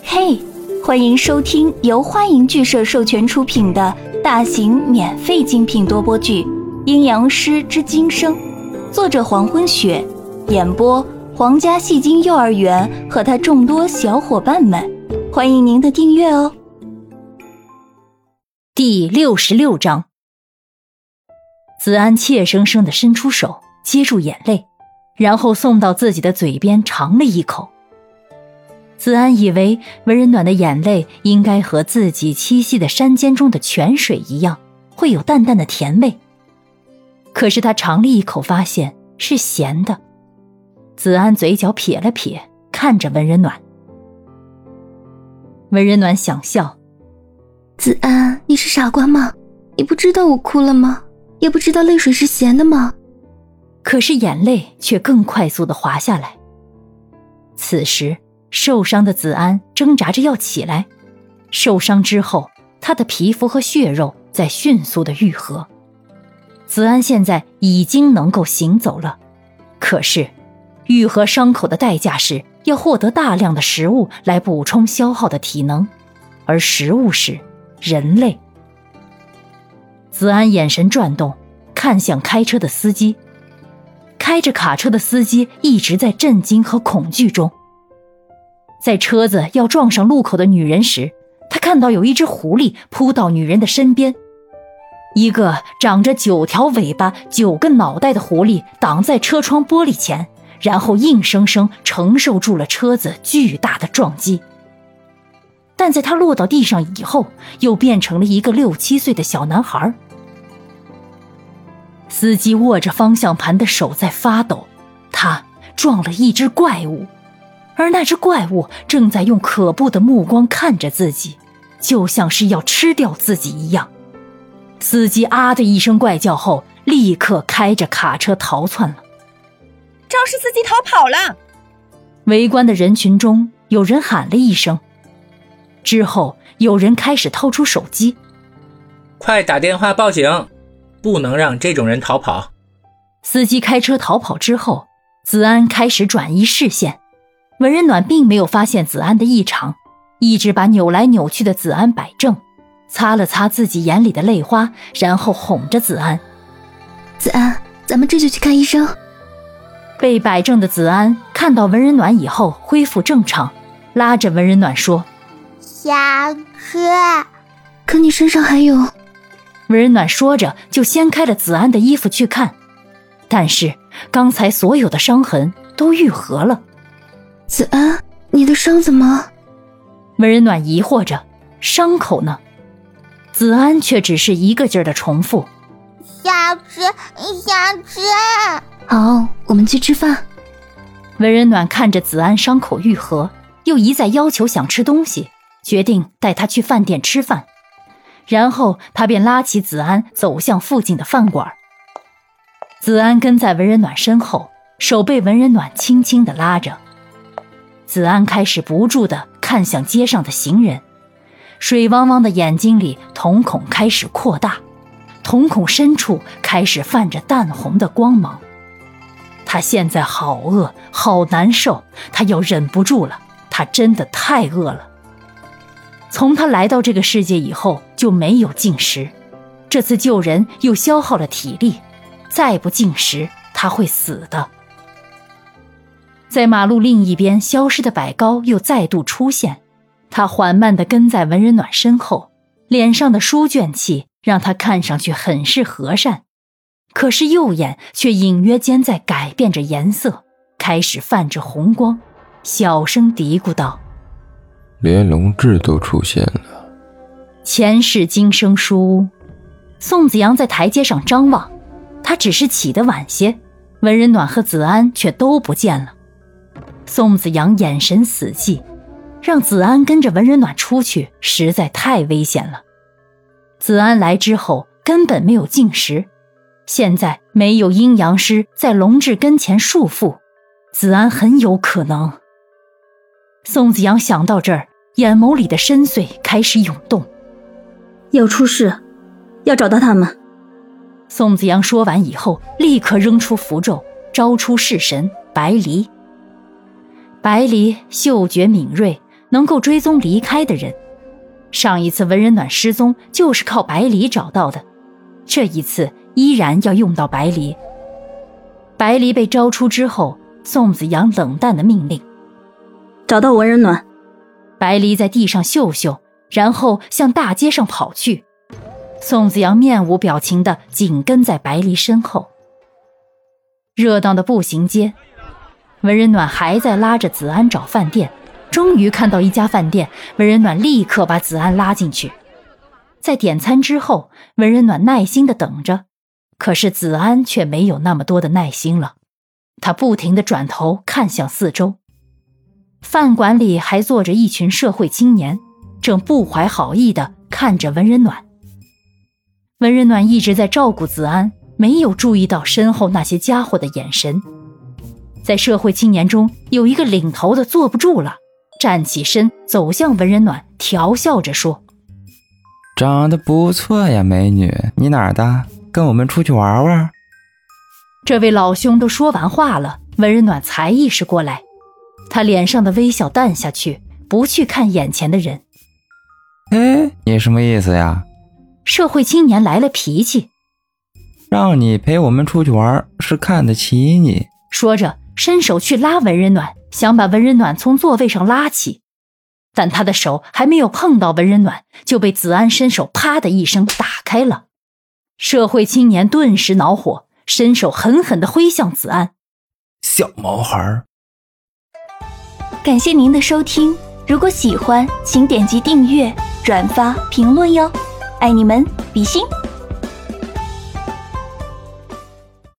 嘿，欢迎收听由花影剧社授权出品的大型免费精品多播剧《阴阳师之今生》，作者黄昏雪，演播皇家戏精幼儿园和他众多小伙伴们，欢迎您的订阅哦。 第66章，子安怯生生地伸出手接住眼泪，然后送到自己的嘴边尝了一口。子安以为文人暖的眼泪应该和自己栖息的山间中的泉水一样，会有淡淡的甜味。可是他尝了一口，发现是咸的。子安嘴角撇了撇，看着文人暖。文人暖想笑， 子安，你是傻瓜吗？你不知道我哭了吗？也不知道泪水是咸的吗？ 可是眼泪却更快速地滑下来。此时受伤的子安挣扎着要起来，受伤之后，他的皮肤和血肉在迅速地愈合。子安现在已经能够行走了，可是愈合伤口的代价是要获得大量的食物来补充消耗的体能，而食物是人类。子安眼神转动，看向开车的司机。开着卡车的司机一直在震惊和恐惧中。在车子要撞上路口的女人时，他看到有一只狐狸扑到女人的身边，一个长着9条尾巴、9个脑袋的狐狸挡在车窗玻璃前，然后硬生生承受住了车子巨大的撞击。但在他落到地上以后，又变成了一个6、7岁的小男孩。司机握着方向盘的手在发抖，他撞了一只怪物，而那只怪物正在用可怖的目光看着自己，就像是要吃掉自己一样。司机啊的一声怪叫后，立刻开着卡车逃窜了。 肇事司机逃跑了！ 围观的人群中有人喊了一声，之后有人开始掏出手机， 快打电话报警，不能让这种人逃跑。 司机开车逃跑之后，子安开始转移视线。文人暖并没有发现子安的异常，一直把扭来扭去的子安摆正，擦了擦自己眼里的泪花，然后哄着子安， 子安，咱们这就去看医生。 被摆正的子安看到文人暖以后恢复正常，拉着文人暖说， 想吃。 可你身上还有。 文人暖说着就掀开了子安的衣服去看，但是刚才所有的伤痕都愈合了。 子安，你的伤怎么？ 文人暖疑惑着，伤口呢？子安却只是一个劲儿地重复， 想吃，想吃。 好，我们去吃饭。 文人暖看着子安伤口愈合，又一再要求想吃东西，决定带他去饭店吃饭。然后他便拉起子安走向附近的饭馆。子安跟在文人暖身后，手被文人暖轻轻地拉着。子安开始不住地看向街上的行人，水汪汪的眼睛里瞳孔开始扩大，瞳孔深处开始泛着淡红的光芒。他现在好饿，好难受，他要忍不住了，他真的太饿了。从他来到这个世界以后就没有进食，这次救人又消耗了体力，再不进食他会死的。在马路另一边消失的百高又再度出现，他缓慢地跟在文人暖身后，脸上的书卷气让他看上去很是和善，可是右眼却隐约间在改变着颜色，开始泛着红光，小声嘀咕道， 连龙志都出现了。 前世今生书屋，宋子阳在台阶上张望，他只是起得晚些，文人暖和子安却都不见了。宋子阳眼神死寂，让子安跟着文人暖出去实在太危险了。子安来之后根本没有进食，现在没有阴阳师在龙志跟前束缚，子安很有可能。宋子阳想到这儿，眼眸里的深邃开始涌动。 要出事，要找到他们。 宋子阳说完以后，立刻扔出符咒，招出式神白离。白离嗅觉敏锐， 能够追踪离开的人。上一次文人暖失踪就是靠白离找到的，这一次依然要用到白离。白离被招出之后，宋子阳冷淡地命令： 找到文人暖。 白离在地上嗅嗅，然后向大街上跑去。宋子阳面无表情地紧跟在白离身后。热闹的步行街，文人暖还在拉着子安找饭店，终于看到一家饭店，文人暖立刻把子安拉进去。在点餐之后，文人暖耐心地等着，可是子安却没有那么多的耐心了。他不停地转头看向四周，饭馆里还坐着一群社会青年，正不怀好意地看着文人暖。文人暖一直在照顾子安，没有注意到身后那些家伙的眼神。在社会青年中，有一个领头的坐不住了，站起身走向文人暖，调笑着说： 长得不错呀，美女，你哪儿的？跟我们出去玩玩。 这位老兄都说完话了，文人暖才意识过来，他脸上的微笑淡下去，不去看眼前的人。 你什么意思呀？ 社会青年来了脾气， 让你陪我们出去玩是看得起你。 说着伸手去拉文人暖，想把文人暖从座位上拉起，但他的手还没有碰到文人暖，就被子安伸手啪的一声打开了。社会青年顿时恼火，伸手狠狠地挥向子安。 小毛孩。 感谢您的收听，如果喜欢请点击订阅、转发、评论哟，爱你们，比心。